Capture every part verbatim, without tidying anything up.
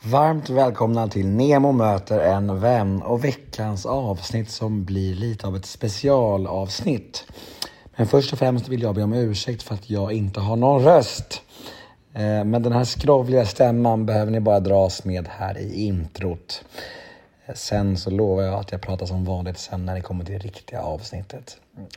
Varmt välkomna till Nemo möter en vän och veckans avsnitt som blir lite av ett specialavsnitt. Men först och främst vill jag be om ursäkt för att jag inte har någon röst. Men den här skrovliga stämman behöver ni bara dras med här i introt. Sen så lovar jag att jag pratar som vanligt sen när ni kommer till det riktiga avsnittet.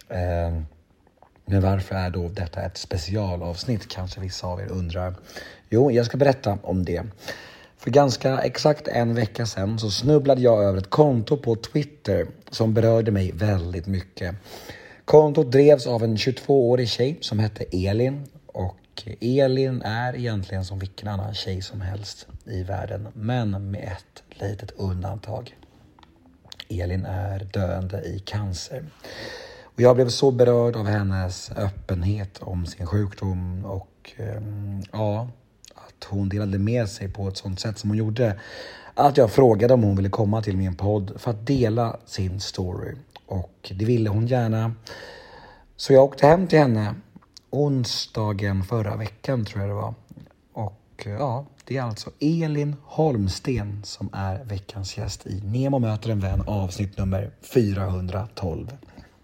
Men varför är då detta ett specialavsnitt? Kanske vissa av er undrar. Jo, jag ska berätta om det. För ganska exakt en vecka sedan så snubblade jag över ett konto på Twitter som berörde mig väldigt mycket. Kontot drevs av en tjugotvåårig tjej som hette Elin. Och Elin är egentligen som vilken annan tjej som helst i världen. Men med ett litet undantag. Elin är döende i cancer. Och jag blev så berörd av hennes öppenhet om sin sjukdom och um, ja, att hon delade med sig på ett sånt sätt som hon gjorde. Att jag frågade om hon ville komma till min podd för att dela sin story. Och det ville hon gärna. Så jag åkte hem till henne onsdagen förra veckan tror jag det var. Och ja, det är alltså Elin Holmsten som är veckans gäst i Nemo möter en vän avsnitt nummer fyrahundratolv.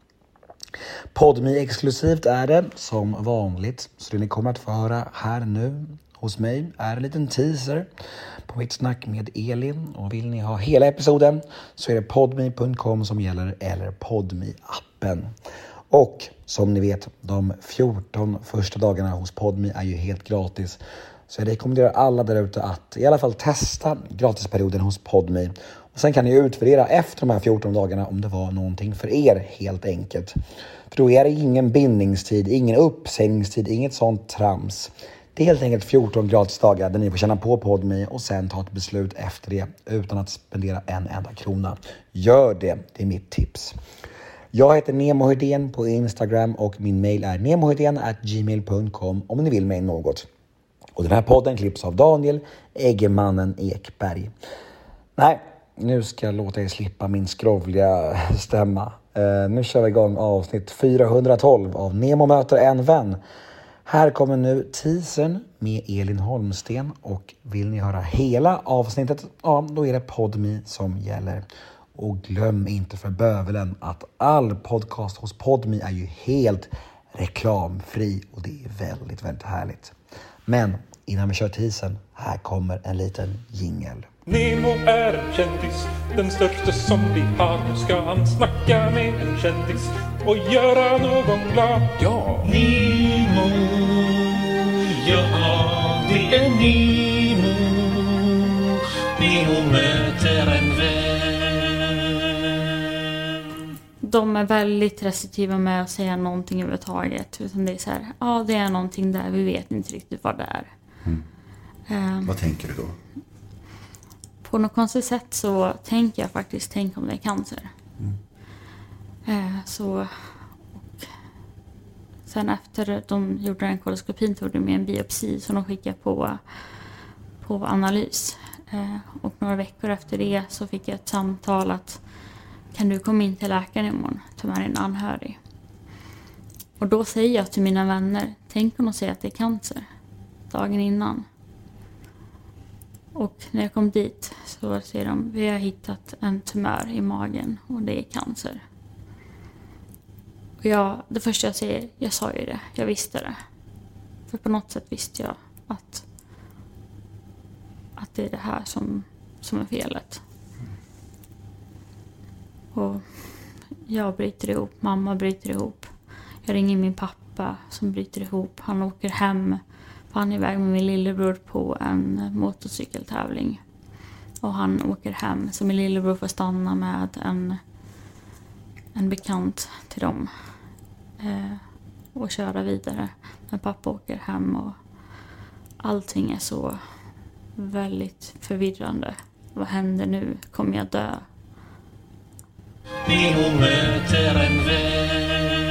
Podme exklusivt är det som vanligt, så det ni kommer att få höra här nu hos mig är en liten teaser på mitt snack med Elin. Och vill ni ha hela episoden så är det podme punkt com som gäller eller Podme-appen. Och som ni vet, de fjorton första dagarna hos Podme är ju helt gratis. Så jag rekommenderar alla där ute att i alla fall testa gratisperioden hos Podme. Och sen kan ni utvärdera efter de här fjorton dagarna om det var någonting för er helt enkelt. För då är det ingen bindningstid, ingen uppsägningstid, inget sånt trams. Det är helt enkelt fjorton gratisdagar där ni får känna på Podme och sen ta ett beslut efter det utan att spendera en enda krona. Gör det, det är mitt tips. Jag heter Nemo Hedén på Instagram och min mail är nemohedén at gmail punkt com om ni vill mig något. Och den här podden klipps av Daniel Eggemannen Ekberg. Nej, nu ska jag låta er slippa min skrovliga stämma. Uh, nu kör vi igång avsnitt fyrahundratolv av Nemo möter en vän. Här kommer nu teasern med Elin Holmsten. Och vill ni höra hela avsnittet, ja då är det Podme som gäller. Och glöm inte för bövelen att all podcast hos Podme är ju helt reklamfri. Och det är väldigt, väldigt härligt. Men innan vi kör teasern, här kommer en liten jingle. Nemo är en kändis, den största som vi har. Nu ska han snacka med en kändis och göra någon glad. Ja! Nemo, ja det är Nemo. Nemo möter en vän. De är väldigt restriktiva med att säga någonting överhuvudtaget. Utan det är så här, ja det är någonting där, vi vet inte riktigt vad det är. Mm. Um, Vad tänker du då? På något konstigt sätt så tänker jag faktiskt, tänk om det är cancer. Mm. Uh, så, och sen efter de gjorde en koloskopin tog de med en biopsi som de skickade på, på analys. Uh, och några veckor efter det så fick jag ett samtal att kan du komma in till läkaren imorgon? Ta med en anhörig. Och då säger jag till mina vänner, tänk om de säger att det är cancer. Dagen innan. Och när jag kom dit så säger de, vi har hittat en tumör i magen och det är cancer. Och jag, det första jag säger, jag sa ju det, jag visste det. För på något sätt visste jag att, att det är det här som, som är felet. Och jag bryter ihop, mamma bryter ihop. Jag ringer min pappa som bryter ihop. Han åker hem, han är iväg med min lillebror på en motorcykeltävling. Och han åker hem, så min lillebror får stanna med en, en bekant till dem. Eh, och köra vidare. Men pappa åker hem och allting är så väldigt förvirrande. Vad händer nu? Kommer jag dö? Nemo möter en vän.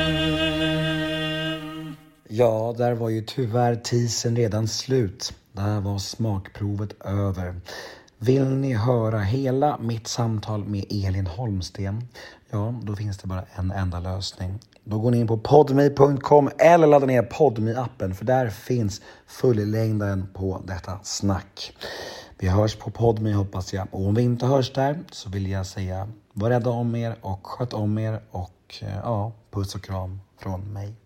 Ja, där var ju tyvärr teasern redan slut. Där var smakprovet över. Vill ni höra hela mitt samtal med Elin Holmsten? Ja, då finns det bara en enda lösning. Då går ni in på podme punkt com eller laddar ner Podme-appen. För där finns fullängden på detta snack. Vi hörs på Podme hoppas jag. Och om vi inte hörs där så vill jag säga var rädda om er och sköt om er och ja, puss och kram från mig.